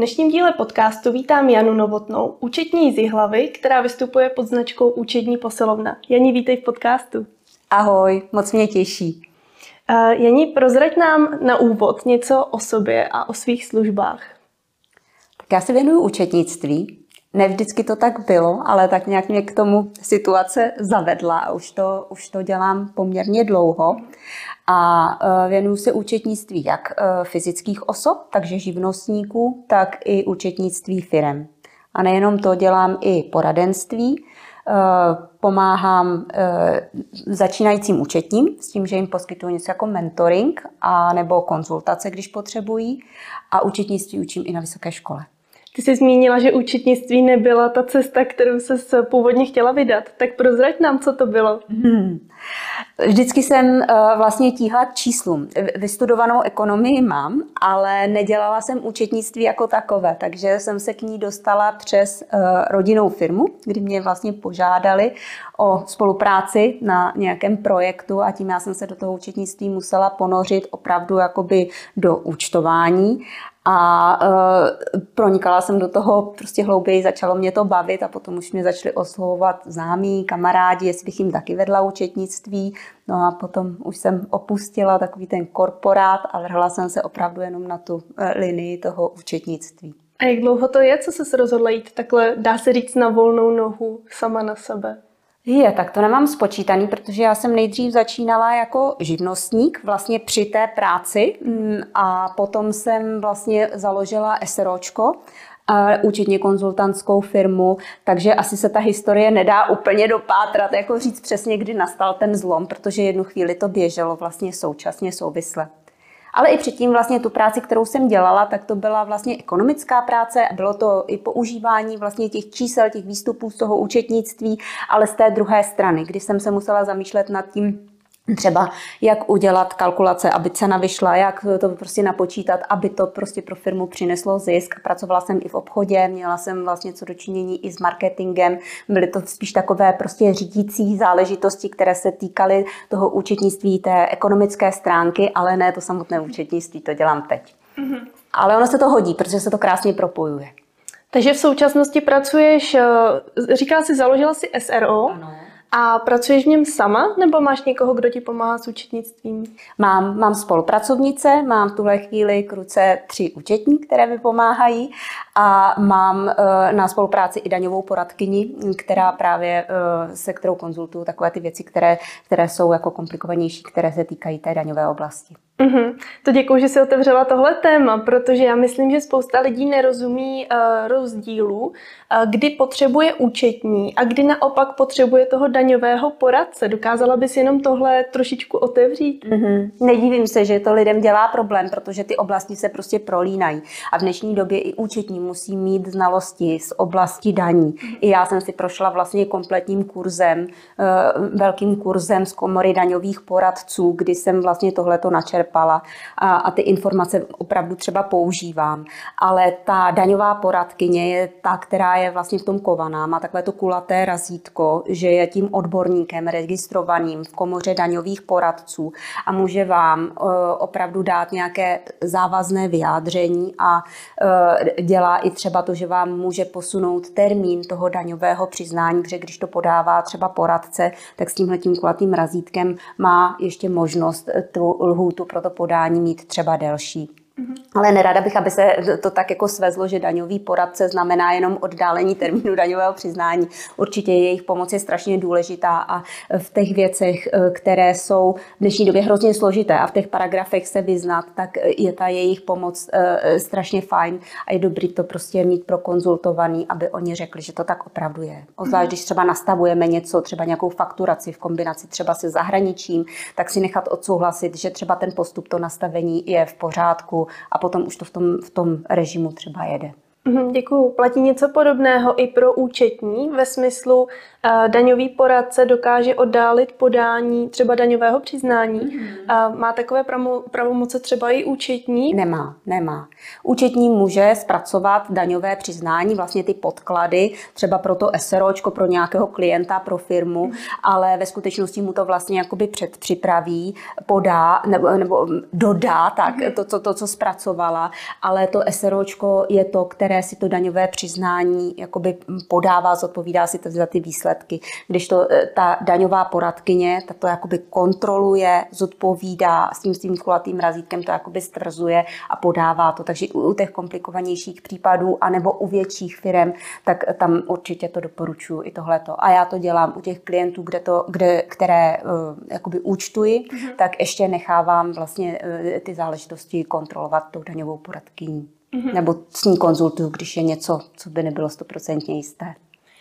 dnešním díle podcastu vítám Janu Novotnou, účetní z Jihlavy, která vystupuje pod značkou Účetní posilovna. Jani, vítej v podcastu. Ahoj, moc mě těší. Jani, prozrať nám na úvod něco o sobě a o svých službách. Tak já se věnuju účetnictví. Ne vždycky to tak bylo, ale tak nějak mě k tomu situace zavedla a už to dělám poměrně dlouho. A věnuju se účetnictví jak fyzických osob, takže živnostníků, tak i účetnictví firem. A nejenom to, dělám i poradenství. Pomáhám začínajícím účetním s tím, že jim poskytuju něco jako mentoring a nebo konzultace, když potřebují. A účetnictví učím i na vysoké škole. Ty jsi zmínila, že účetnictví nebyla ta cesta, kterou jsi původně chtěla vydat. Tak prozrať nám, co to bylo. Vždycky jsem vlastně tíhla k číslům. Vystudovanou ekonomii mám, ale nedělala jsem účetnictví jako takové, takže jsem se k ní dostala přes rodinnou firmu, kdy mě vlastně požádali o spolupráci na nějakém projektu a tím já jsem se do toho účetnictví musela ponořit opravdu jakoby do účtování. A pronikala jsem do toho prostě hlouběji, začalo mě to bavit a potom už mě začali oslovovat známí, kamarádi, jestli bych jim taky vedla účetnictví. No a potom už jsem opustila takový ten korporát a vrhla jsem se opravdu jenom na tu linii toho účetnictví. A jak dlouho to je, co se rozhodla jít takhle, dá se říct, na volnou nohu sama na sebe? Tak to nemám spočítaný, protože já jsem nejdřív začínala jako živnostník vlastně při té práci a potom jsem vlastně založila SROčko, účetně konzultantskou firmu, takže asi se ta historie nedá úplně dopátrat, jako říct přesně, kdy nastal ten zlom, protože jednu chvíli to běželo vlastně současně, souvisle. Ale i předtím vlastně tu práci, kterou jsem dělala, tak to byla vlastně ekonomická práce, bylo to i používání vlastně těch čísel, těch výstupů z toho účetnictví, ale z té druhé strany, kdy jsem se musela zamýšlet nad tím, třeba jak udělat kalkulace, aby cena vyšla, jak to prostě napočítat, aby to prostě pro firmu přineslo zisk. Pracovala jsem i v obchodě, měla jsem vlastně co dočinění i s marketingem. Byly to spíš takové prostě řídící záležitosti, které se týkaly toho účetnictví, té ekonomické stránky, ale ne to samotné účetnictví, to dělám teď. Ale ono se to hodí, protože se to krásně propojuje. Takže v současnosti pracuješ, říkala jsi, založila si SRO. Ano. A pracuješ v něm sama, nebo máš někoho, kdo ti pomáhá s účetnictvím? Mám spolupracovnice, mám v tuhle chvíli k ruce 3 účetní, které mi pomáhají a mám na spolupráci i daňovou poradkyni, která právě se kterou konzultuju takové ty věci, které jsou jako komplikovanější, které se týkají té daňové oblasti. To děkuji, že jsi otevřela tohle téma, protože já myslím, že spousta lidí nerozumí rozdílu, kdy potřebuje účetní a kdy naopak potřebuje toho daňového poradce. Dokázala bys jenom tohle trošičku otevřít? Nedivím se, že to lidem dělá problém, protože ty oblasti se prostě prolínají. A v dnešní době i účetní musí mít znalosti z oblasti daní. I já jsem si prošla vlastně kompletním kurzem, velkým kurzem z Komory daňových poradců, kdy jsem vlastně tohleto načerpala a ty informace opravdu třeba používám. Ale ta daňová poradkyně je ta, která je vlastně v tom kovaná, má takové to kulaté razítko, že je tím odborníkem registrovaným v Komoře daňových poradců a může vám opravdu dát nějaké závazné vyjádření a dělá i třeba to, že vám může posunout termín toho daňového přiznání, protože když to podává třeba poradce, tak s tímhletím kulatým razítkem má ještě možnost tu lhůtu pro to podání mít třeba delší. Ale nerada bych, aby se to tak jako svezlo, že daňový poradce znamená jenom oddálení termínu daňového přiznání. Určitě jejich pomoc je strašně důležitá a v těch věcech, které jsou v dnešní době hrozně složité a v těch paragrafech se vyznat, tak je ta jejich pomoc strašně fajn a je dobrý to prostě mít prokonzultovaný, aby oni řekli, že to tak opravdu je. Obzvlášť, když třeba nastavujeme něco, třeba nějakou fakturaci v kombinaci třeba se zahraničím, tak si nechat odsouhlasit, že třeba ten postup, to nastavení je v pořádku a potom už to v tom režimu třeba jede. Děkuju. Platí něco podobného i pro účetní ve smyslu daňový poradce dokáže oddálit podání třeba daňového přiznání. Má takové pravomoce třeba i účetní? Nemá. Účetní může zpracovat daňové přiznání, vlastně ty podklady, třeba pro to SROčko, pro nějakého klienta, pro firmu, ale ve skutečnosti mu to vlastně jakoby předpřipraví, podá nebo dodá tak, to, co zpracovala, ale to SROčko je to, které si to daňové přiznání jakoby podává, zodpovídá si to za ty výsledky. Když to ta daňová poradkyně, ta to jakoby kontroluje, zodpovídá s tím svým kulatým razítkem, to jakoby stvrzuje a podává to. Takže u těch komplikovanějších případů anebo u větších firem, tak tam určitě to doporučuji i tohleto. A já to dělám u těch klientů, které jakoby účtuji, tak ještě nechávám vlastně ty záležitosti kontrolovat tou daňovou poradkyní. Nebo s ní konzultuju, když je něco, co by nebylo 100% jisté.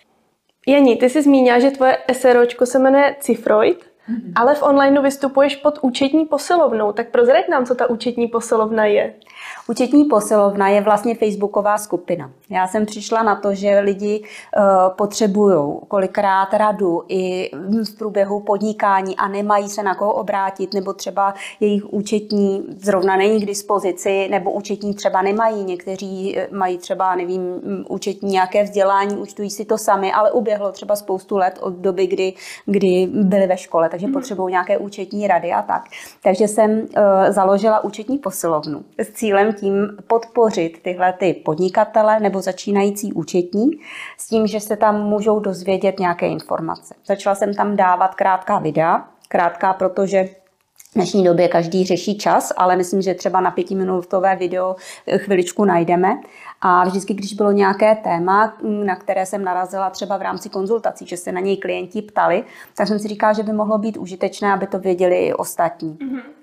Jani, ty jsi zmínila, že tvoje SROčko se jmenuje Cifroid, ale v onlineu vystupuješ pod účetní posilovnou. Tak prozrať nám, co ta účetní posilovna je. Účetní posilovna je vlastně facebooková skupina. Já jsem přišla na to, že lidi potřebují kolikrát radu i v průběhu podnikání a nemají se na koho obrátit, nebo třeba jejich účetní zrovna není k dispozici, nebo účetní třeba nemají. Někteří mají třeba, nevím, účetní nějaké vzdělání, účtují si to sami, ale uběhlo třeba spoustu let od doby, kdy byli ve škole, takže potřebují nějaké účetní rady a tak. Takže jsem založila účetní posilovnu s cílem tím podpořit tyhle ty podnikatele nebo začínající účetní s tím, že se tam můžou dozvědět nějaké informace. Začala jsem tam dávat krátká videa, krátká, protože v dnešní době každý řeší čas, ale myslím, že třeba na 5minutové video chviličku najdeme. A vždycky, když bylo nějaké téma, na které jsem narazila třeba v rámci konzultací, že se na něj klienti ptali, tak jsem si říkala, že by mohlo být užitečné, aby to věděli i ostatní.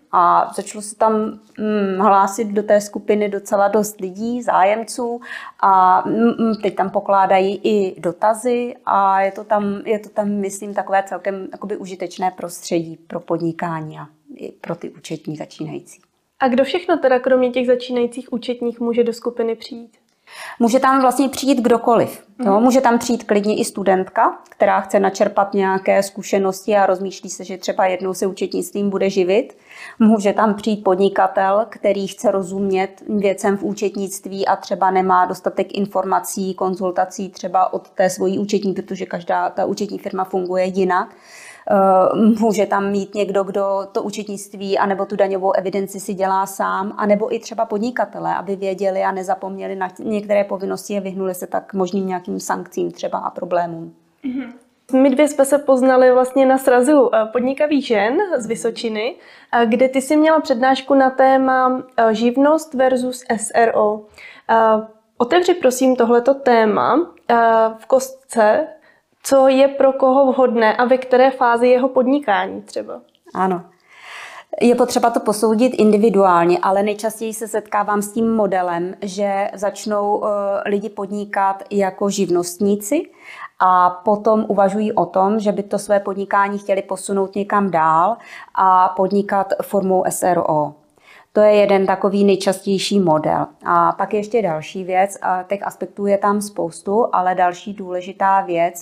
A začalo se tam hlásit do té skupiny docela dost lidí, zájemců a teď tam pokládají i dotazy a je to tam myslím, takové celkem jakoby užitečné prostředí pro podnikání a i pro ty účetní začínající. A kdo všechno teda kromě těch začínajících účetních může do skupiny přijít? Může tam vlastně přijít kdokoliv. Může tam přijít klidně i studentka, která chce načerpat nějaké zkušenosti a rozmýšlí se, že třeba jednou se účetnictvím bude živit. Může tam přijít podnikatel, který chce rozumět věcem v účetnictví a třeba nemá dostatek informací, konzultací třeba od té svojí účetní, protože každá ta účetní firma funguje jinak. Může tam mít někdo, kdo to účetnictví anebo tu daňovou evidenci si dělá sám, anebo i třeba podnikatelé, aby věděli a nezapomněli na některé povinnosti a vyhnuli se tak možným nějakým sankcím třeba a problémům. My dvě jsme se poznali vlastně na srazu podnikavých žen z Vysočiny, kde ty jsi měla přednášku na téma živnost versus SRO. Otevři prosím tohleto téma v kostce, co je pro koho vhodné a ve které fázi jeho podnikání třeba. Ano. Je potřeba to posoudit individuálně, ale nejčastěji se setkávám s tím modelem, že začnou lidi podnikat jako živnostníci a potom uvažují o tom, že by to své podnikání chtěli posunout někam dál a podnikat formou SRO. To je jeden takový nejčastější model. A pak ještě další věc, a těch aspektů je tam spoustu, ale další důležitá věc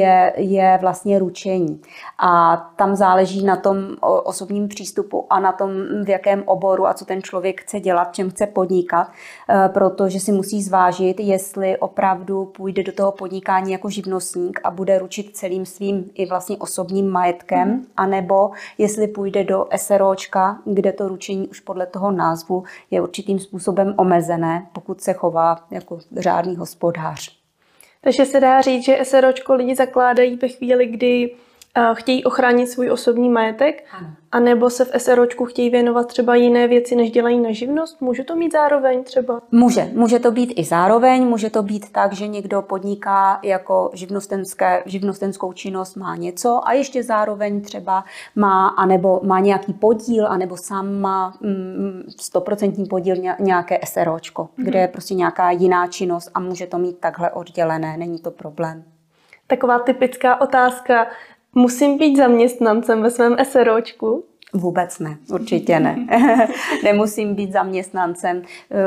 je vlastně ručení. A tam záleží na tom osobním přístupu a na tom, v jakém oboru a co ten člověk chce dělat, čem chce podnikat, protože si musí zvážit, jestli opravdu půjde do toho podnikání jako živnostník a bude ručit celým svým i vlastně osobním majetkem, anebo jestli půjde do SROčka, kde to ručení už podle toho názvu je určitým způsobem omezené, pokud se chová jako řádný hospodář. Takže se dá říct, že SROčko lidi zakládají ve chvíli, kdy chtějí ochránit svůj osobní majetek, anebo se v SROčku chtějí věnovat třeba jiné věci, než dělají na živnost? Může to mít zároveň třeba? Může to být i zároveň, může to být tak, že někdo podniká jako živnostenskou činnost, má něco a ještě zároveň třeba má nějaký podíl, anebo sám má 100% podíl nějaké SROčko, kde je prostě nějaká jiná činnost a může to mít takhle oddělené, není to problém. Taková typická otázka. Musím být zaměstnancem ve svém SROčku? Vůbec ne, určitě ne. Nemusím být zaměstnancem.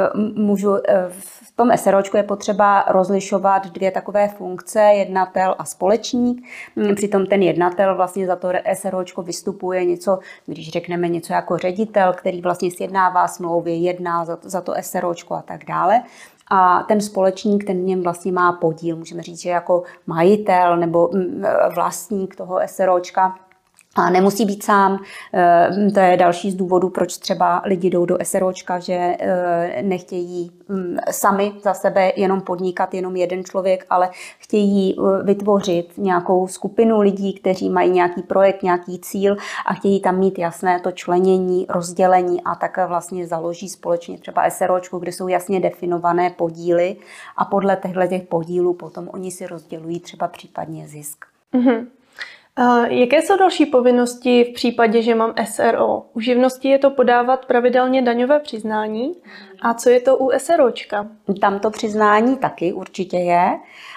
V tom SROčku je potřeba rozlišovat dvě takové funkce, jednatel a společník. Přitom ten jednatel vlastně za to SROčko vystupuje něco, když řekneme něco jako ředitel, který vlastně sjednává smlouvy, jedná za to SROčko a tak dále. A ten společník, ten v něm vlastně má podíl, můžeme říct, že jako majitel nebo vlastník toho SROčka. A nemusí být sám, to je další z důvodů, proč třeba lidi jdou do SROčka, že nechtějí sami za sebe jenom podnikat, jenom jeden člověk, ale chtějí vytvořit nějakou skupinu lidí, kteří mají nějaký projekt, nějaký cíl a chtějí tam mít jasné to členění, rozdělení a tak vlastně založí společně třeba SROčku, kde jsou jasně definované podíly a podle těch podílů potom oni si rozdělují třeba případně zisk. Mm-hmm. Jaké jsou další povinnosti v případě, že mám SRO? U živnosti je to podávat pravidelně daňové přiznání. A co je to u SROčka? Tam to přiznání taky určitě je,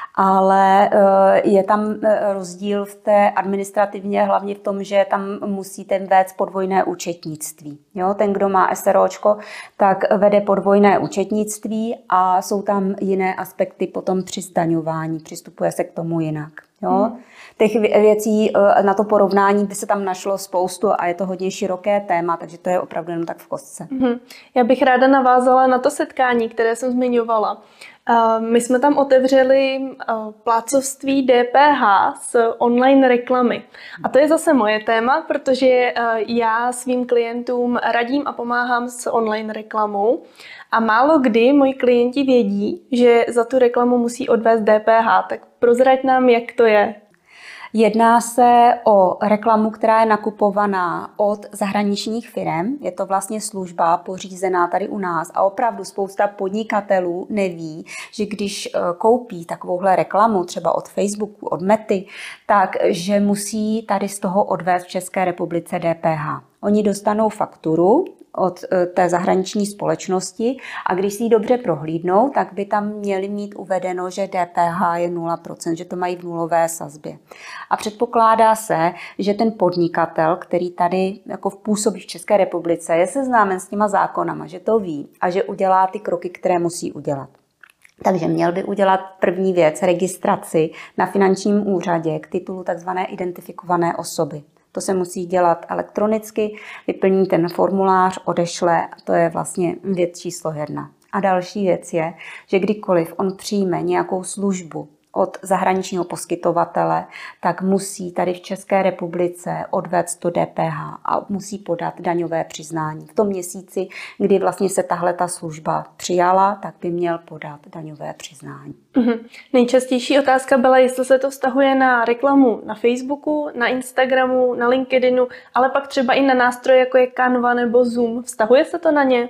ale je tam rozdíl v té administrativně, hlavně v tom, že tam musíte vést podvojné účetnictví. Jo? Ten, kdo má SROčko, tak vede podvojné účetnictví a jsou tam jiné aspekty potom při zdaňování. Přistupuje se k tomu jinak. Jo? Těch věcí na to porovnání by se tam našlo spoustu a je to hodně široké téma, takže to je opravdu jenom tak v kostce. Já bych ráda navázala na to setkání, které jsem zmiňovala. My jsme tam otevřeli plátcovství DPH s online reklamy. A to je zase moje téma, protože já svým klientům radím a pomáhám s online reklamou. A málo kdy moji klienti vědí, že za tu reklamu musí odvést DPH. Tak prozrať nám, jak to je. Jedná se o reklamu, která je nakupovaná od zahraničních firm. Je to vlastně služba pořízená tady u nás a opravdu spousta podnikatelů neví, že když koupí takovouhle reklamu třeba od Facebooku, od Mety, tak že musí tady z toho odvést v České republice DPH. Oni dostanou fakturu od té zahraniční společnosti a když si ji dobře prohlídnou, tak by tam měli mít uvedeno, že DPH je 0%, že to mají v nulové sazbě. A předpokládá se, že ten podnikatel, který tady jako působí v České republice, je seznámen s těma zákonama, že to ví a že udělá ty kroky, které musí udělat. Takže měl by udělat první věc, registraci na finančním úřadě k titulu tzv. Identifikované osoby. To se musí dělat elektronicky, vyplní ten formulář, odešle, a to je vlastně věc číslo 1. A další věc je, že kdykoliv on přijme nějakou službu od zahraničního poskytovatele, tak musí tady v České republice odvést to DPH a musí podat daňové přiznání. V tom měsíci, kdy vlastně se ta služba přijala, tak by měl podat daňové přiznání. Nejčastější otázka byla, jestli se to vztahuje na reklamu na Facebooku, na Instagramu, na LinkedInu, ale pak třeba i na nástroje, jako je Canva nebo Zoom. Vztahuje se to na ně?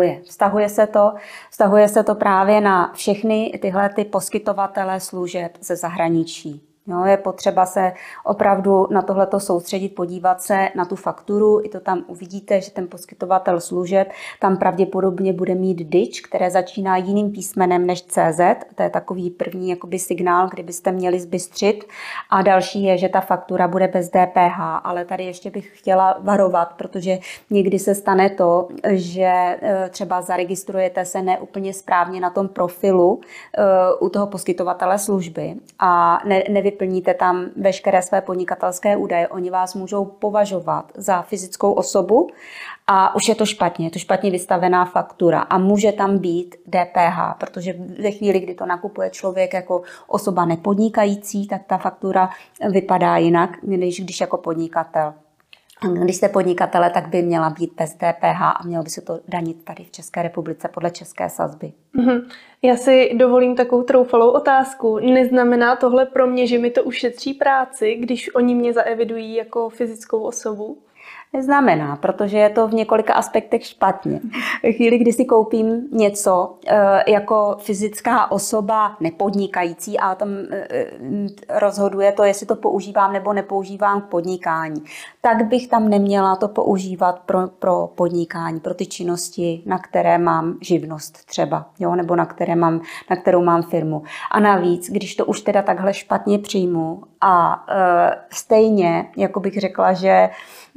Vztahuje se to právě na všechny tyhle ty poskytovatele služeb ze zahraničí. Jo, je potřeba se opravdu na tohleto soustředit, podívat se na tu fakturu, i to tam uvidíte, že ten poskytovatel služeb tam pravděpodobně bude mít DIČ, které začíná jiným písmenem než CZ, to je takový první jakoby signál, kdybyste měli zbystřit. A další je, že ta faktura bude bez DPH, ale tady ještě bych chtěla varovat, protože někdy se stane to, že třeba zaregistrujete se neúplně správně na tom profilu u toho poskytovatele služby a nevyplníte tam veškeré své podnikatelské údaje, oni vás můžou považovat za fyzickou osobu a už je to špatně vystavená faktura a může tam být DPH, protože ve chvíli, kdy to nakupuje člověk jako osoba nepodnikající, tak ta faktura vypadá jinak, než když jako podnikatel. Když jste podnikatele, tak by měla být bez DPH a mělo by se to danit tady v České republice podle české sazby. Já si dovolím takovou troufalou otázku. Neznamená tohle pro mě, že mi to ušetří práci, když oni mě zaevidují jako fyzickou osobu? Neznamená, protože je to v několika aspektech špatně. V chvíli, kdy si koupím něco jako fyzická osoba nepodnikající a tam rozhoduje to, jestli to používám nebo nepoužívám k podnikání, tak bych tam neměla to používat pro podnikání, pro ty činnosti, na které mám živnost třeba, jo, nebo na kterou mám firmu. A navíc, když to už teda takhle špatně přijmu a stejně, jako bych řekla, že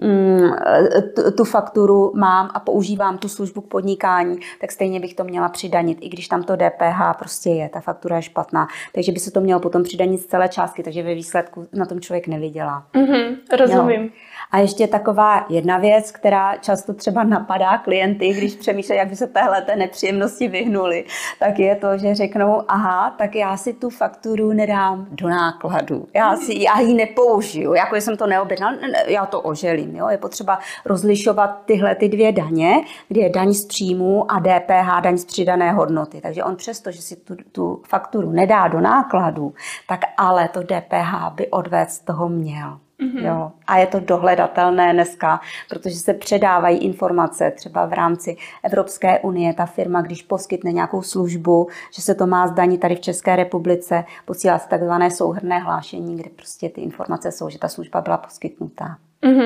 tu fakturu mám a používám tu službu k podnikání, tak stejně bych to měla přidanit, i když tam to DPH prostě je, ta faktura je špatná. Takže by se to mělo potom přidanit z celé částky, takže ve výsledku na tom člověk nevydělá. Rozumím. Jo. A ještě taková jedna věc, která často třeba napadá klienty, když přemýšlejí, jak by se téhleté nepříjemnosti vyhnuli, tak je to, že řeknou, aha, tak já si tu fakturu nedám do nákladu, já ji nepoužiju, jako jsem to neobjednal, já to oželím. Jo? Je potřeba rozlišovat tyhle ty dvě daně, kdy je daň z příjmu a DPH, daň z přidané hodnoty. Takže on přesto, že si tu fakturu nedá do nákladu, tak ale to DPH by odvést z toho měl. Jo. A je to dohledatelné dneska, protože se předávají informace třeba v rámci Evropské unie. Ta firma, když poskytne nějakou službu, že se to má zdanit tady v České republice, posílá se takzvané souhrnné hlášení, kde prostě ty informace jsou, že ta služba byla poskytnutá.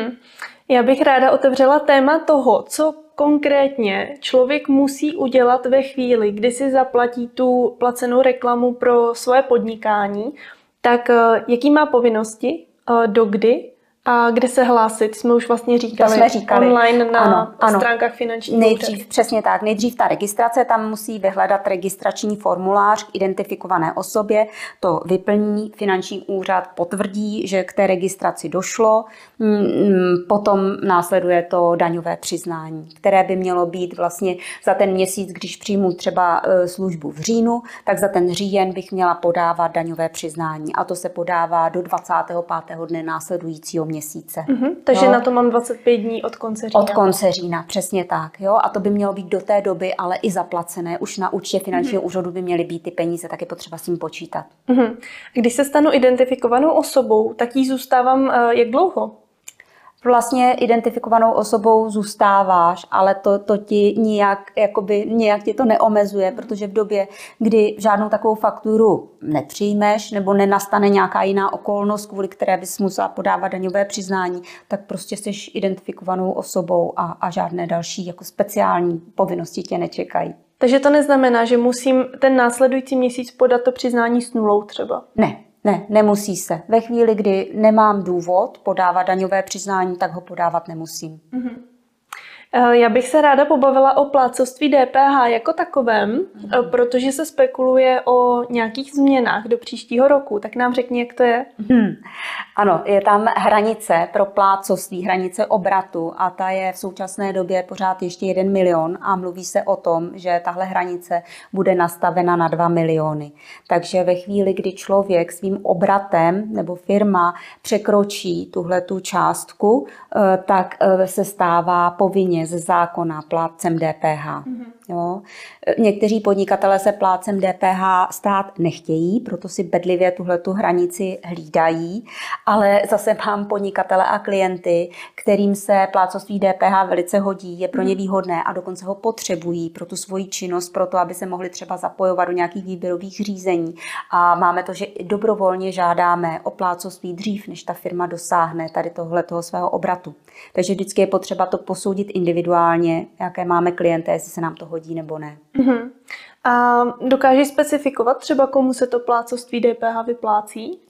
Já bych ráda otevřela téma toho, co konkrétně člověk musí udělat ve chvíli, kdy si zaplatí tu placenou reklamu pro svoje podnikání, tak jaký má povinnosti, dokdy a kde se hlásit? Jsme už vlastně říkali online na stránkách finančního úřadu. Přesně tak. Nejdřív ta registrace, tam musí vyhledat registrační formulář k identifikované osobě, to vyplní, finanční úřad potvrdí, že k té registraci došlo, potom následuje to daňové přiznání, které by mělo být vlastně za ten měsíc, když přijmu třeba službu v říjnu, tak za ten říjen bych měla podávat daňové přiznání a to se podává do 25. dne následujícího měsíce. Takže jo? Na to mám 25 dní od konce října. Od konce října, přesně tak. Jo? A to by mělo být do té doby, ale i zaplacené. Už na účtě finančního úřadu by měly být ty peníze, tak je potřeba s tím počítat. Když se stanu identifikovanou osobou, tak jí zůstávám jak dlouho? Vlastně identifikovanou osobou zůstáváš, ale to ti nějak tě to neomezuje, protože v době, kdy žádnou takovou fakturu nepřijmeš nebo nenastane nějaká jiná okolnost, kvůli které bys musela podávat daňové přiznání, tak prostě jsi identifikovanou osobou a žádné další jako speciální povinnosti tě nečekají. Takže to neznamená, že musím ten následující měsíc podat to přiznání s nulou třeba? Ne, nemusí se. Ve chvíli, kdy nemám důvod podávat daňové přiznání, tak ho podávat nemusím. Já bych se ráda pobavila o plátcovství DPH jako takovém, protože se spekuluje o nějakých změnách do příštího roku. Tak nám řekni, jak to je. Ano, je tam hranice pro plátcovství, hranice obratu a ta je v současné době pořád ještě 1 milion a mluví se o tom, že tahle hranice bude nastavena na 2 miliony. Takže ve chvíli, kdy člověk svým obratem nebo firma překročí tuhletu částku, tak se stává povinně ze zákona plátcem DPH. Jo. Někteří podnikatelé se plátcem DPH stát nechtějí, proto si bedlivě tuhletu hranici hlídají, ale zase mám podnikatele a klienty, kterým se plátcovství DPH velice hodí, je pro ně výhodné a dokonce ho potřebují pro tu svoji činnost, pro to, aby se mohli třeba zapojovat do nějakých výběrových řízení. A máme to, že dobrovolně žádáme o plátcovství dřív, než ta firma dosáhne tady tohletoho svého obratu. Takže vždycky je potřeba to posoudit individuálně, jaké máme klienty, jestli se nám to hodí nebo ne. A dokážeš specifikovat třeba, komu se to plátcovství DPH vyplácí?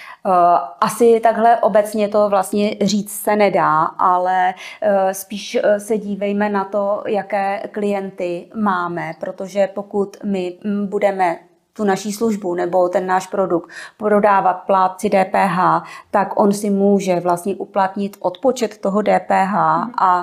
Asi takhle obecně to vlastně říct se nedá, ale spíš se dívejme na to, jaké klienty máme, protože pokud my budeme tu naší službu nebo ten náš produkt prodávat plátci DPH, tak on si může vlastně uplatnit odpočet toho DPH a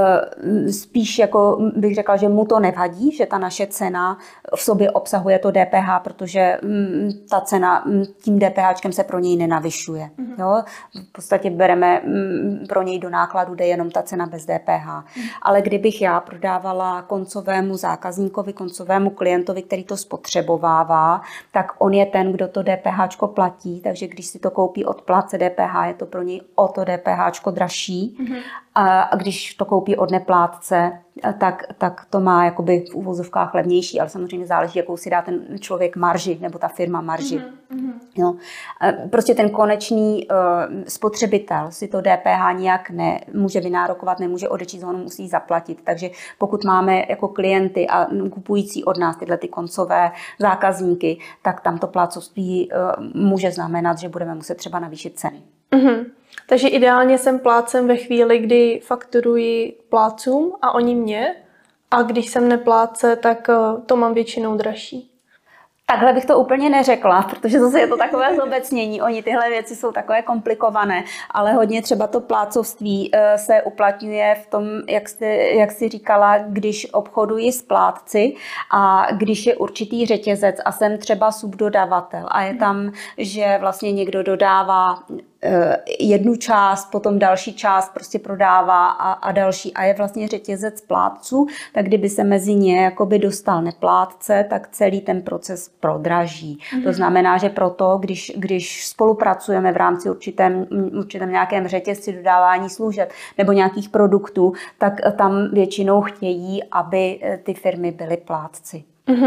spíš jako bych řekla, že mu to nevadí, že ta naše cena v sobě obsahuje to DPH, protože ta cena tím DPHčkem se pro něj nenavyšuje. Jo? V podstatě bereme pro něj do nákladu, jde jenom ta cena bez DPH. Ale kdybych já prodávala koncovému zákazníkovi, koncovému klientovi, který to spotřebovává, tak on je ten, kdo to DPHčko platí, takže když si to koupí od plátce DPH, je to pro něj o to DPHčko dražší. A když to koupí od neplátce, tak to má jakoby v uvozovkách levnější, ale samozřejmě záleží, jakou si dá ten člověk marži, nebo ta firma marži. Jo. Prostě ten konečný spotřebitel si to DPH nijak nemůže vynárokovat, nemůže odečíst, on musí zaplatit. Takže pokud máme jako klienty a kupující od nás tyhle ty koncové zákazníky, tak tam to plátcovství může znamenat, že budeme muset třeba navýšit ceny. Takže ideálně jsem plátcem ve chvíli, kdy fakturuji plátcům a oni mě. A když jsem neplátce, tak to mám většinou dražší. Takhle bych to úplně neřekla, protože zase je to takové zobecnění. Oni tyhle věci jsou takové komplikované, ale hodně třeba to plátcovství se uplatňuje v tom, jak jsi říkala, když obchoduji s plátci a když je určitý řetězec a jsem třeba subdodavatel a je tam, že vlastně někdo dodává jednu část, potom další část prostě prodává a další a je vlastně řetězec plátců, tak kdyby se mezi ně jakoby dostal neplátce, tak celý ten proces prodraží. To znamená, že proto, když spolupracujeme v rámci určitém nějakém řetězci dodávání služeb nebo nějakých produktů, tak tam většinou chtějí, aby ty firmy byly plátci.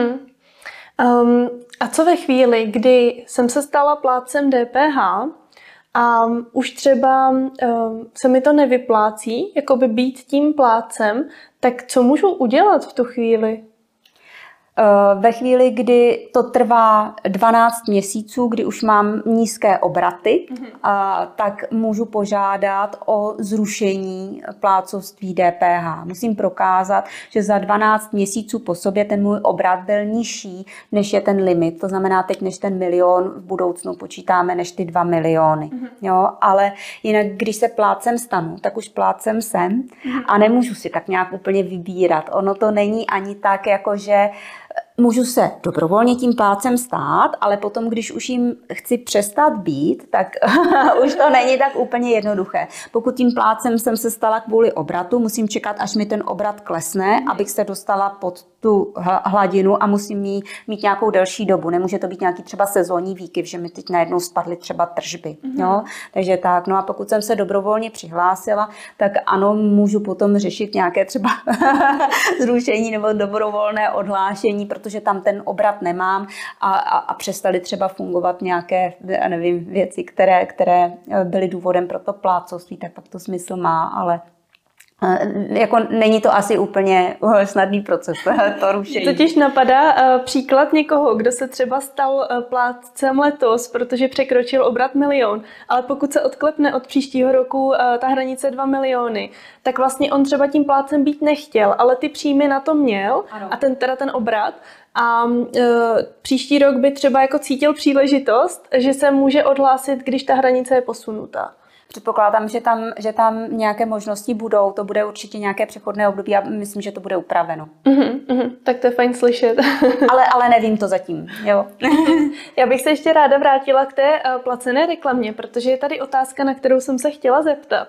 A co ve chvíli, kdy jsem se stala plátcem DPH, a už třeba se mi to nevyplácí, jakoby být tím plátcem, tak co můžu udělat v tu chvíli? Ve chvíli, kdy to trvá 12 měsíců, kdy už mám nízké obraty, tak můžu požádat o zrušení plátcovství DPH. Musím prokázat, že za 12 měsíců po sobě ten můj obrat byl nižší, než je ten limit. To znamená teď, než ten milion, v budoucnu počítáme než ty 2 miliony. Jo? Ale jinak, když se plátcem stanu, tak už plátcem jsem a nemůžu si tak nějak úplně vybírat. Ono to není ani tak, jako že můžu se dobrovolně tím plátcem stát, ale potom, když už jim chci přestat být, tak už to není tak úplně jednoduché. Pokud tím plátcem jsem se stala kvůli obratu, musím čekat, až mi ten obrat klesne, abych se dostala pod tu hladinu a musím mít nějakou delší dobu. Nemůže to být nějaký třeba sezónní výkyv, že mi teď najednou spadly třeba tržby. Jo? Takže tak, no a pokud jsem se dobrovolně přihlásila, tak ano, můžu potom řešit nějaké třeba zrušení nebo dobrovolné odhlášení, protože tam ten obrat nemám a přestaly třeba fungovat nějaké, nevím, věci, které byly důvodem pro to plátcovství, tak pak to smysl má, ale jako není to asi úplně snadný proces, to rušení. Totiž napadá příklad někoho, kdo se třeba stal plátcem letos, protože překročil obrat 1 milion, ale pokud se odklepne od příštího roku ta hranice 2 miliony, tak vlastně on třeba tím plátcem být nechtěl, ale ty příjmy na to měl. Ano. A ten obrat. A příští rok by třeba jako cítil příležitost, že se může odhlásit, když ta hranice je posunutá. Předpokládám, že tam nějaké možnosti budou, to bude určitě nějaké přechodné období a myslím, že to bude upraveno. Tak to je fajn slyšet. ale nevím to zatím. Jo. Já bych se ještě ráda vrátila k té placené reklamě, protože je tady otázka, na kterou jsem se chtěla zeptat.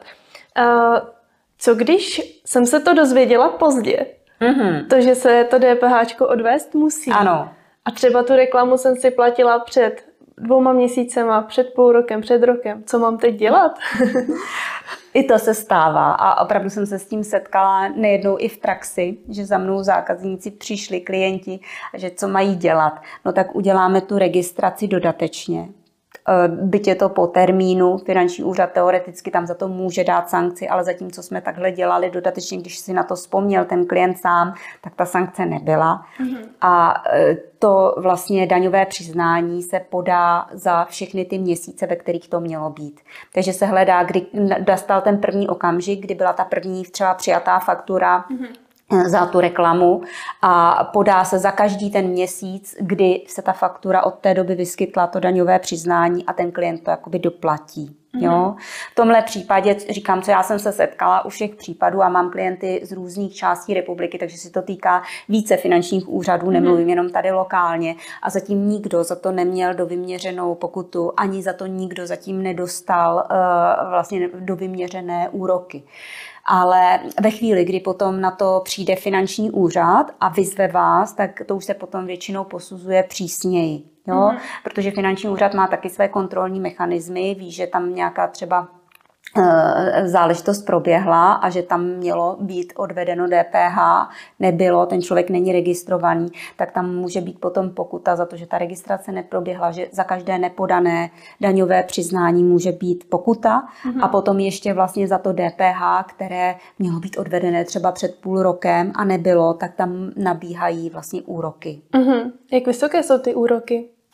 Co když jsem se to dozvěděla pozdě? To, že se to DPHčko odvést musí. Ano. A třeba tu reklamu jsem si platila před 2 měsícema, před půl rokem, před rokem. Co mám teď dělat? I to se stává a opravdu jsem se s tím setkala nejednou i v praxi, že za mnou zákazníci přišli, klienti, že co mají dělat. No tak uděláme tu registraci dodatečně. Byť je to po termínu, finanční úřad teoreticky tam za to může dát sankci, ale zatímco jsme takhle dělali dodatečně, když si na to vzpomněl ten klient sám, tak ta sankce nebyla. A to vlastně daňové přiznání se podá za všechny ty měsíce, ve kterých to mělo být. Takže se hledá, kdy nastal ten první okamžik, kdy byla ta první třeba přijatá faktura za tu reklamu a podá se za každý ten měsíc, kdy se ta faktura od té doby vyskytla, to daňové přiznání a ten klient to jakoby doplatí. Jo? V tomhle případě říkám, co já jsem se setkala u všech případů a mám klienty z různých částí republiky, takže si to týká více finančních úřadů, nemluvím jenom tady lokálně a zatím nikdo za to neměl dovyměřenou pokutu, ani za to nikdo zatím nedostal vlastně dovyměřené úroky. Ale ve chvíli, kdy potom na to přijde finanční úřad a vyzve vás, tak to už se potom většinou posuzuje přísněji. Jo? Protože finanční úřad má taky své kontrolní mechanismy, ví, že tam nějaká třeba záležitost proběhla a že tam mělo být odvedeno DPH, nebylo, ten člověk není registrovaný, tak tam může být potom pokuta za to, že ta registrace neproběhla, že za každé nepodané daňové přiznání může být pokuta a potom ještě vlastně za to DPH, které mělo být odvedené třeba před půl rokem a nebylo, tak tam nabíhají vlastně úroky. Jak vysoké jsou ty úroky?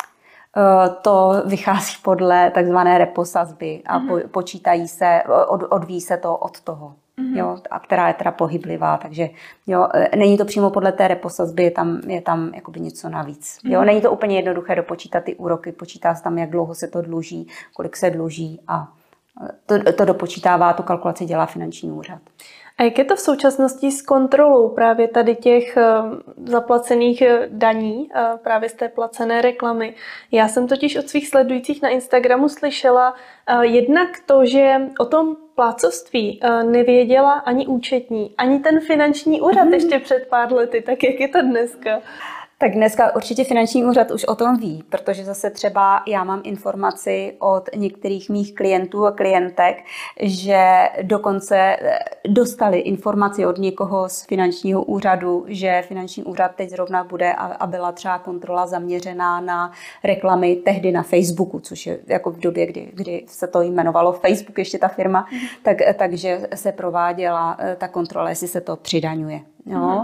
To vychází podle takzvané repo sazby a počítají se, odvíjí se to od toho, jo, a která je teda pohyblivá, takže jo, není to přímo podle té repo sazby, je tam jakoby něco navíc. Jo, není to úplně jednoduché dopočítat ty úroky, počítá se tam, jak dlouho se to dluží, kolik se dluží a to dopočítává, tu kalkulaci dělá finanční úřad. A jak je to v současnosti s kontrolou právě tady těch zaplacených daní, právě z té placené reklamy? Já jsem totiž od svých sledujících na Instagramu slyšela jednak to, že o tom plátcovství nevěděla ani účetní, ani ten finanční úřad ještě před pár lety. Tak jak je to dneska? Tak dneska určitě finanční úřad už o tom ví, protože zase třeba já mám informaci od některých mých klientů a klientek, že dokonce dostali informaci od někoho z finančního úřadu, že finanční úřad teď zrovna bude a byla třeba kontrola zaměřená na reklamy tehdy na Facebooku, což je jako v době, kdy se to jmenovalo Facebook, ještě ta firma, takže se prováděla ta kontrola, jestli se to přidaňuje. Jo.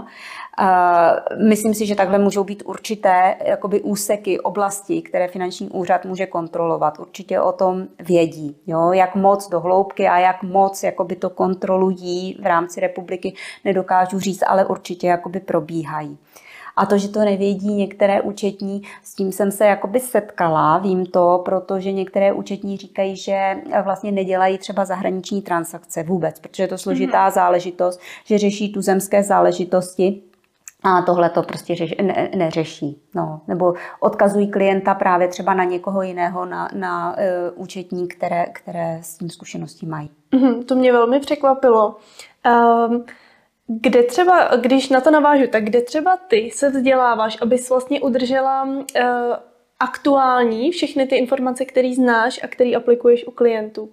Myslím si, že takhle můžou být určité jakoby úseky, oblasti, které finanční úřad může kontrolovat. Určitě o tom vědí, jo. Jak moc do hloubky a jak moc jakoby to kontrolují v rámci republiky, nedokážu říct, ale určitě jakoby probíhají. A to, že to nevědí některé účetní, s tím jsem se jakoby setkala, vím to, protože některé účetní říkají, že vlastně nedělají třeba zahraniční transakce vůbec, protože je to složitá záležitost, že řeší tuzemské záležitosti a tohle to prostě neřeší. No. Nebo odkazují klienta právě třeba na někoho jiného, na účetní, které s tím zkušenosti mají. To mě velmi překvapilo. Kde třeba, když na to navážu, tak kde třeba ty se vzděláváš, abys vlastně udržela aktuální všechny ty informace, které znáš a které aplikuješ u klientů?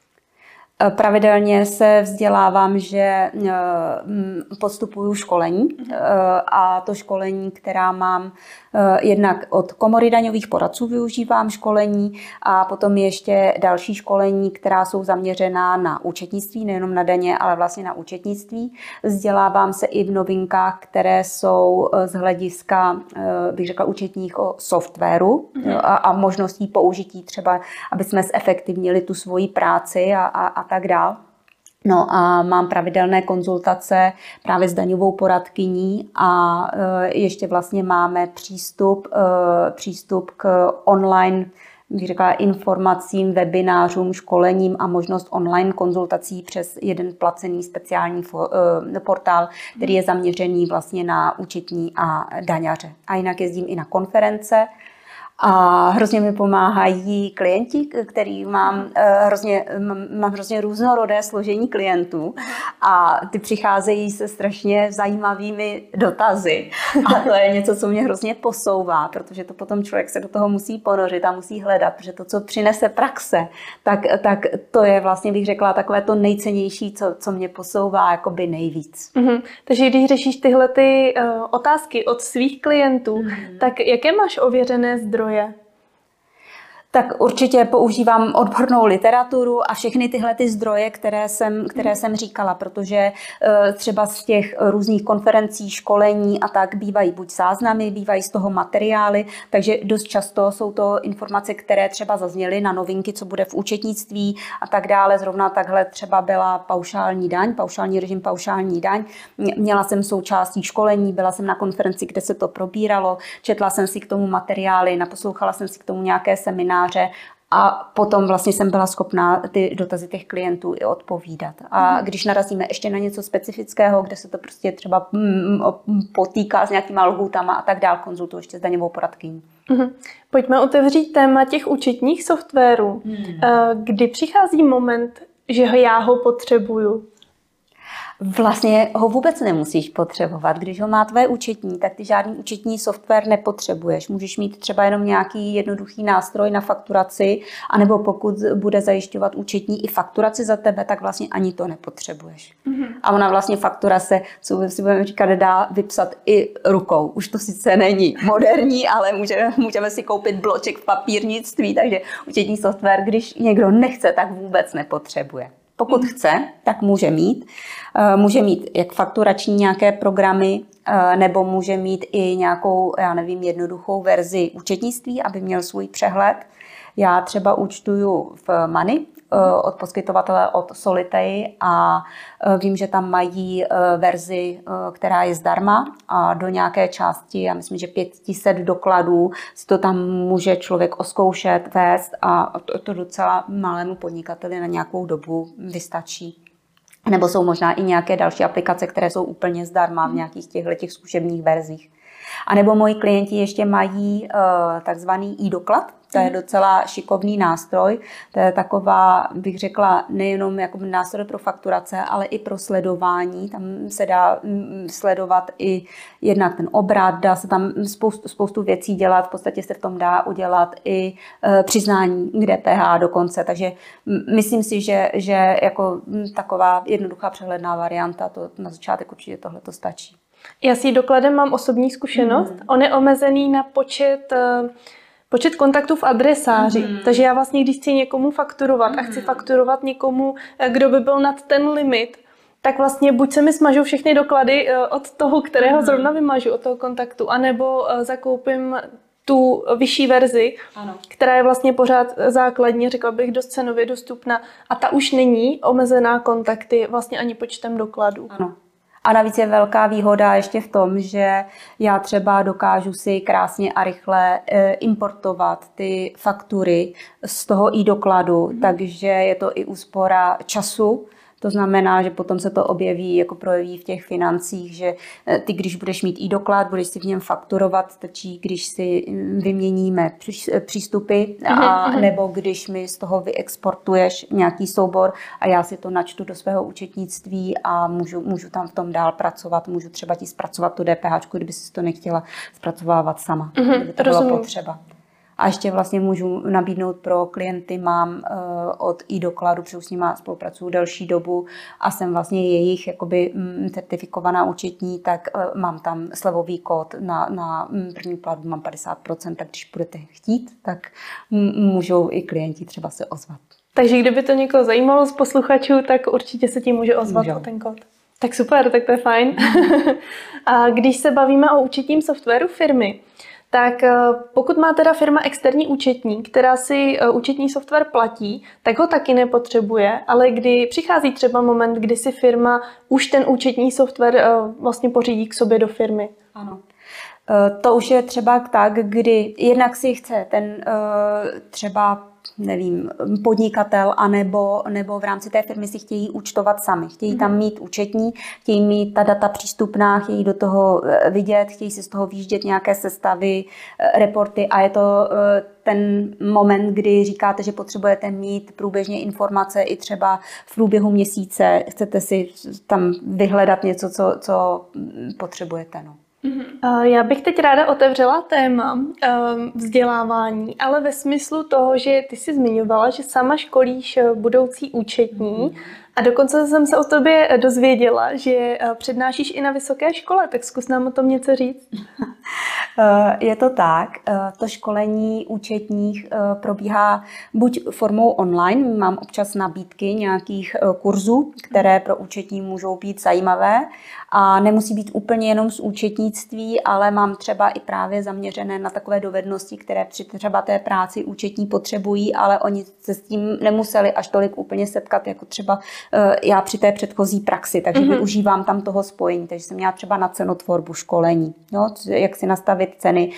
Pravidelně se vzdělávám, že podstupuju školení a to školení, která mám jednak od Komory daňových poradců využívám školení a potom ještě další školení, která jsou zaměřená na účetnictví, nejenom na daně, ale vlastně na účetnictví. Vzdělávám se i v novinkách, které jsou z hlediska, bych řekla, účetního softwaru a možností použití třeba, aby jsme zefektivnili tu svoji práci a tak dál. No a mám pravidelné konzultace právě s daňovou poradkyní a ještě vlastně máme přístup k online, bych řekla, informacím, webinářům, školením a možnost online konzultací přes jeden placený speciální portál, který je zaměřený vlastně na účetní a daňaře. A jinak jezdím i na konference. A hrozně mi pomáhají klienti, který mám hrozně různorodé složení klientů a ty přicházejí se strašně zajímavými dotazy. A to je něco, co mě hrozně posouvá, protože to potom člověk se do toho musí ponořit a musí hledat, protože to, co přinese praxe, tak to je vlastně, bych řekla, takové to nejcennější, co mě posouvá jakoby nejvíc. Takže když řešíš tyhle ty otázky od svých klientů, tak jaké máš ověřené zdroje? Tak určitě používám odbornou literaturu a všechny tyhle ty zdroje, které jsem říkala, protože třeba z těch různých konferencí, školení a tak bývají buď záznamy, bývají z toho materiály, takže dost často jsou to informace, které třeba zazněly na novinky, co bude v účetnictví a tak dále. Zrovna takhle třeba byla paušální daň, paušální režim, paušální daň. Měla jsem součástí školení, byla jsem na konferenci, kde se to probíralo, četla jsem si k tomu materiály, naposlouchala jsem si k tomu nějaké semináře, a potom vlastně jsem byla schopná ty dotazy těch klientů i odpovídat. A když narazíme ještě na něco specifického, kde se to prostě třeba potýká s nějakýma lhůtama a tak dál, konzultuji ještě s daňovou poradkyní. Pojďme otevřít téma těch účetních softwarů. Kdy přichází moment, že já ho potřebuju? Vlastně ho vůbec nemusíš potřebovat. Když ho má tvé účetní, tak ty žádný účetní software nepotřebuješ. Můžeš mít třeba jenom nějaký jednoduchý nástroj na fakturaci, anebo pokud bude zajišťovat účetní i fakturaci za tebe, tak vlastně ani to nepotřebuješ. A ona vlastně faktura se, co si budeme říkat, dá vypsat i rukou. Už to sice není moderní, ale můžeme si koupit bloček v papírnictví, takže účetní software, když někdo nechce, tak vůbec nepotřebuje. Pokud chce, tak může mít. Může mít jak fakturační nějaké programy, nebo může mít i nějakou, já nevím, jednoduchou verzi účetnictví, aby měl svůj přehled. Já třeba účtuju v Money od poskytovatele od Solitei a vím, že tam mají verzi, která je zdarma a do nějaké části, já myslím, že 500 dokladů si to tam může člověk oskoušet, vést a to docela malému podnikateli na nějakou dobu vystačí. Nebo jsou možná i nějaké další aplikace, které jsou úplně zdarma v nějakých těchto zkušebních verzích. A nebo moji klienti ještě mají takzvaný e-doklad. To je docela šikovný nástroj. To je taková, bych řekla, nejenom jako nástroj pro fakturace, ale i pro sledování. Tam se dá sledovat i jednak ten obrat, dá se tam spoustu věcí dělat. V podstatě se v tom dá udělat i přiznání k DPH dokonce. Takže myslím si, že jako taková jednoduchá přehledná varianta, to na začátek určitě tohle to stačí. Já s dokladem mám osobní zkušenost. On je omezený na počet kontaktů v adresáři. Takže já vlastně, když chci někomu fakturovat a chci fakturovat někomu, kdo by byl nad ten limit, tak vlastně buď se mi smažou všechny doklady od toho, kterého zrovna vymažu, od toho kontaktu, anebo zakoupím tu vyšší verzi, která je vlastně pořád základně, řekla bych, dost cenově dostupná a ta už není omezená kontakty vlastně ani počtem dokladů. Ano. A navíc je velká výhoda ještě v tom, že já třeba dokážu si krásně a rychle importovat ty faktury z toho e-dokladu, takže je to i úspora času. To znamená, že potom se to objeví, jako projeví v těch financích, že ty, když budeš mít e-doklad, budeš si v něm fakturovat, stačí, když si vyměníme přístupy, nebo když mi z toho vyexportuješ nějaký soubor a já si to načtu do svého účetnictví a můžu tam v tom dál pracovat, můžu třeba ti zpracovat tu DPH, kdyby si to nechtěla zpracovávat sama, kdyby to bylo potřeba. A ještě vlastně můžu nabídnout pro klienty, mám od e-dokladu, protože s nima spolupracuju delší dobu a jsem vlastně jejich jakoby certifikovaná účetní, tak mám tam slevový kód na první platbu, mám 50%, tak když budete chtít, tak můžou i klienti třeba se ozvat. Takže kdyby to někoho zajímalo z posluchačů, tak určitě se tím může ozvat o ten kód. Tak super, tak to je fajn. A když se bavíme o účetním softwaru firmy, tak pokud má teda firma externí účetní, která si účetní software platí, tak ho taky nepotřebuje, ale kdy přichází třeba moment, kdy si firma už ten účetní software vlastně pořídí k sobě do firmy. Ano. To už je třeba tak, kdy jednak si chce ten třeba nevím, podnikatel nebo v rámci té firmy si chtějí účtovat sami. Chtějí tam mít účetní, chtějí mít ta data přístupná, chtějí do toho vidět, chtějí si z toho výjíždět nějaké sestavy, reporty a je to ten moment, kdy říkáte, že potřebujete mít průběžně informace i třeba v průběhu měsíce, chcete si tam vyhledat něco, co potřebujete. No. Já bych teď ráda otevřela téma vzdělávání, ale ve smyslu toho, že ty jsi zmiňovala, že sama školíš budoucí účetní a dokonce jsem se o tobě dozvěděla, že přednášíš i na vysoké škole, tak zkus nám o tom něco říct. Je to tak. To školení účetních probíhá buď formou online, mám občas nabídky nějakých kurzů, které pro účetní můžou být zajímavé a nemusí být úplně jenom z účetnictví, ale mám třeba i právě zaměřené na takové dovednosti, které při třeba té práci účetní potřebují, ale oni se s tím nemuseli až tolik úplně setkat, jako třeba já při té předchozí praxi, takže využívám tam toho spojení, takže jsem měla třeba na cenotvorbu školení, jo, jak si nastavit ceny,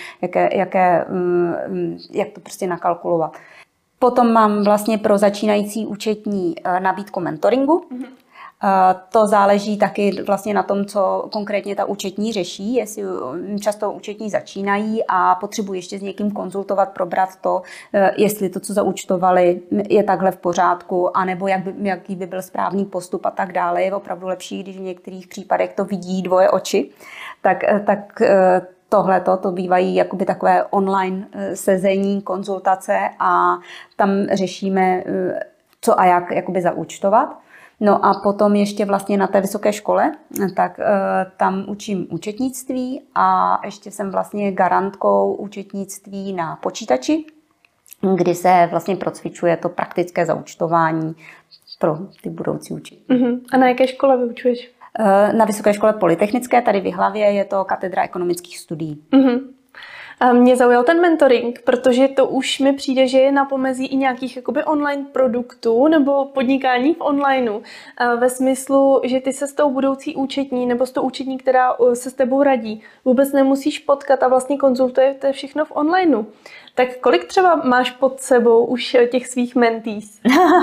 jak to prostě nakalkulovat. Potom mám vlastně pro začínající účetní nabídku mentoringu. To záleží taky vlastně na tom, co konkrétně ta účetní řeší, jestli často účetní začínají a potřebují ještě s někým konzultovat, probrat to, jestli to, co zaúčtovali, je takhle v pořádku, anebo jaký by byl správný postup a tak dále. Je opravdu lepší, když v některých případech to vidí dvoje oči, tak to bývají jakoby takové online sezení, konzultace a tam řešíme, co a jak jakoby zaúčtovat. No a potom ještě vlastně na té vysoké škole, tak tam učím účetnictví a ještě jsem vlastně garantkou účetnictví na počítači, kdy se vlastně procvičuje to praktické zaúčtování pro ty budoucí učitele. Uh-huh. A na jaké škole vyučuješ? Na Vysoké škole polytechnické, tady v Jihlavě, je to katedra ekonomických studií. Uh-huh. A mě zaujal ten mentoring, protože to už mi přijde, že je na pomezí i nějakých jakoby online produktů nebo podnikání v onlineu. Ve smyslu, že ty se s tou budoucí účetní nebo s tou účetní, která se s tebou radí, vůbec nemusíš potkat a vlastně konzultujete všechno v onlineu. Tak kolik třeba máš pod sebou už těch svých mentees?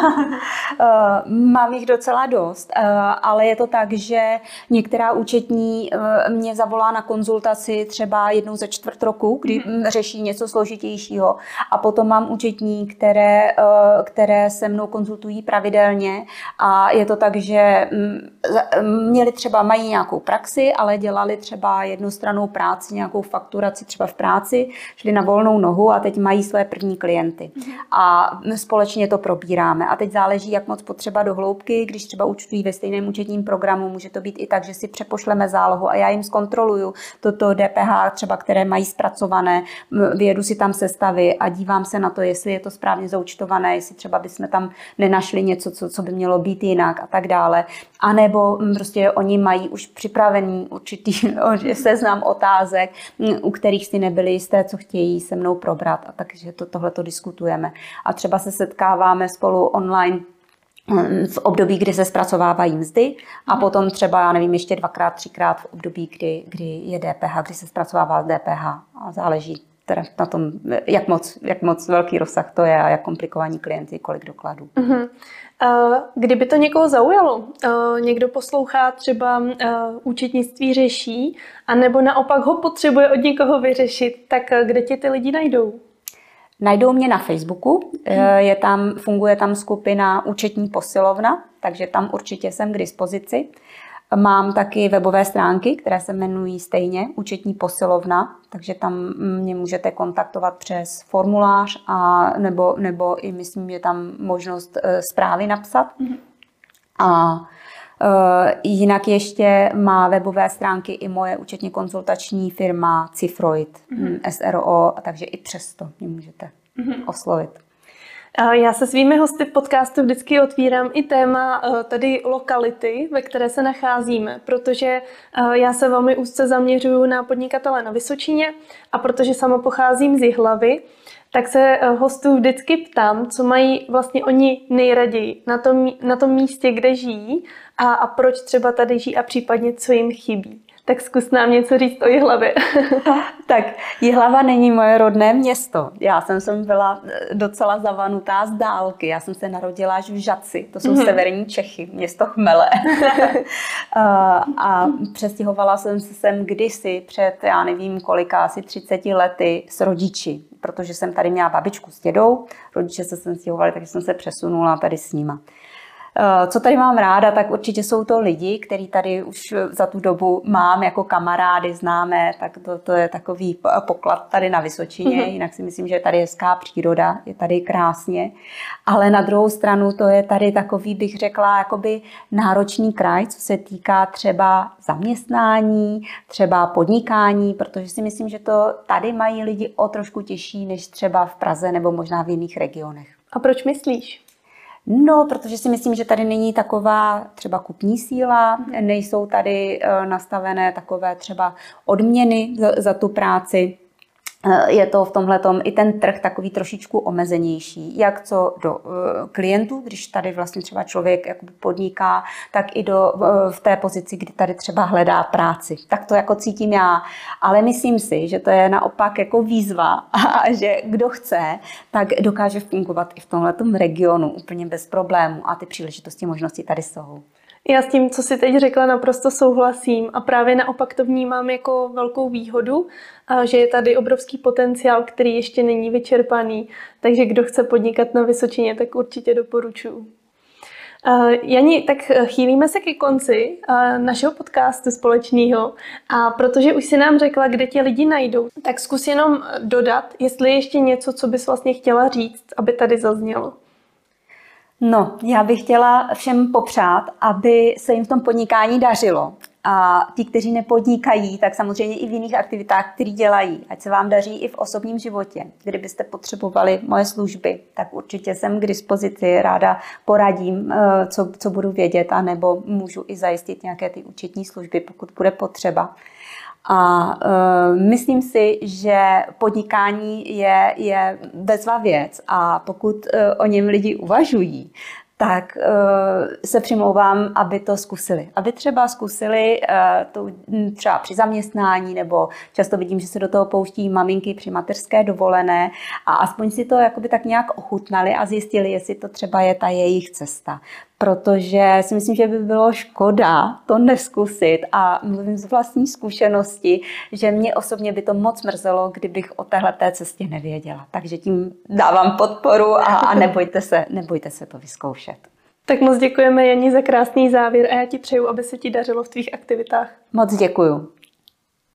Mám jich docela dost, ale je to tak, že některá účetní mě zavolá na konzultaci třeba jednou za čtvrt roku, kdy řeší něco složitějšího. A potom mám účetní, které se mnou konzultují pravidelně. A je to tak, že mají nějakou praxi, ale dělali třeba jednostrannou práci, nějakou fakturaci třeba v práci, šli na volnou nohu a teď mají své první klienty. A společně to probíráme. A teď záleží, jak moc potřeba do hloubky, když třeba účtují ve stejném účetním programu, může to být i tak, že si přepošleme zálohu a já jim zkontroluju toto DPH třeba, které mají zpracované, vyjedu si tam sestavy a dívám se na to, jestli je to správně zaúčtované, jestli třeba bychom tam nenašli něco, co by mělo být jinak a tak dále. A nebo prostě oni mají už připravený určitý seznam otázek, u kterých si nebyli jisté, co chtějí se mnou probrat. A takže tohleto diskutujeme. A třeba se setkáváme spolu online v období, kdy se zpracovávají mzdy a potom třeba, já nevím, ještě 2x, 3x v období, kdy je DPH, kdy se zpracovává DPH. A záleží teda na tom, jak moc velký rozsah to je a jak komplikovaní klienty, kolik dokladů. Uh-huh. Kdyby to někoho zaujalo, někdo poslouchá, třeba účetnictví řeší, anebo naopak ho potřebuje od někoho vyřešit, tak kde tě ty lidi najdou? Najdou mě na Facebooku, funguje tam skupina Účetní posilovna, takže tam určitě jsem k dispozici. Mám taky webové stránky, které se jmenují stejně Účetní posilovna, takže tam mě můžete kontaktovat přes formulář nebo i myslím, je tam možnost zprávy napsat. A jinak ještě má webové stránky i moje účetně konzultační firma Cifroid, SRO, takže i přesto mě můžete oslovit. Já se svými hosty v podcastu vždycky otvírám i téma tady lokality, ve které se nacházíme, protože já se velmi úzce zaměřuju na podnikatele na Vysočině a protože sama pocházím z Jihlavy, tak se hostů vždycky ptám, co mají vlastně oni nejraději na tom místě, kde žijí a proč třeba tady žijí a případně co jim chybí. Tak zkus nám něco říct o Jihlavě. Tak Jihlava není moje rodné město. Já jsem byla docela zavanutá z dálky. Já jsem se narodila až v Žatci, to jsou severní Čechy, město Chmele. A přestěhovala jsem se sem kdysi před, já nevím kolika, asi 30 lety s rodiči, protože jsem tady měla babičku s dědou, rodiče se sem stěhovali, takže jsem se přesunula tady s nima. Co tady mám ráda, tak určitě jsou to lidi, který tady už za tu dobu mám jako kamarády, známé, tak to je takový poklad tady na Vysočině, jinak si myslím, že je tady hezká příroda, je tady krásně, ale na druhou stranu to je tady takový, bych řekla, jakoby náročný kraj, co se týká třeba zaměstnání, třeba podnikání, protože si myslím, že to tady mají lidi o trošku těžší než třeba v Praze nebo možná v jiných regionech. A proč myslíš? No, protože si myslím, že tady není taková třeba kupní síla, nejsou tady nastavené takové třeba odměny za tu práci. Je to v tomhletom i ten trh takový trošičku omezenější, jak co do klientů, když tady vlastně třeba člověk podniká, tak i v té pozici, kdy tady třeba hledá práci. Tak to jako cítím já, ale myslím si, že to je naopak jako výzva a že kdo chce, tak dokáže fungovat i v tomhletom regionu úplně bez problémů a ty příležitosti, možnosti tady jsou. Já s tím, co jsi teď řekla, naprosto souhlasím a právě naopak to vnímám jako velkou výhodu, že je tady obrovský potenciál, který ještě není vyčerpaný, takže kdo chce podnikat na Vysočině, tak určitě doporučuji. Jani, tak chýlíme se ke konci našeho podcastu společného a protože už si nám řekla, kde tě lidi najdou, tak zkus jenom dodat, jestli ještě něco, co bys vlastně chtěla říct, aby tady zaznělo. No, já bych chtěla všem popřát, aby se jim v tom podnikání dařilo. A ti, kteří nepodnikají, tak samozřejmě i v jiných aktivitách, které dělají, ať se vám daří i v osobním životě. Kdybyste potřebovali moje služby, tak určitě jsem k dispozici, ráda poradím, co budu vědět, anebo můžu i zajistit nějaké ty účetní služby, pokud bude potřeba. A myslím si, že podnikání je bezva věc a pokud o něm lidi uvažují, tak se přimlouvám, aby to zkusili. Aby třeba zkusili to třeba při zaměstnání, nebo často vidím, že se do toho pouští maminky při mateřské dovolené a aspoň si to jakoby tak nějak ochutnali a zjistili, jestli to třeba je ta jejich cesta. Protože si myslím, že by bylo škoda to neskusit a mluvím z vlastní zkušenosti, že mě osobně by to moc mrzelo, kdybych o téhleté cestě nevěděla. Takže tím dávám podporu a nebojte se to vyzkoušet. Tak moc děkujeme, Jani, za krásný závěr a já ti přeju, aby se ti dařilo v tvých aktivitách. Moc děkuju.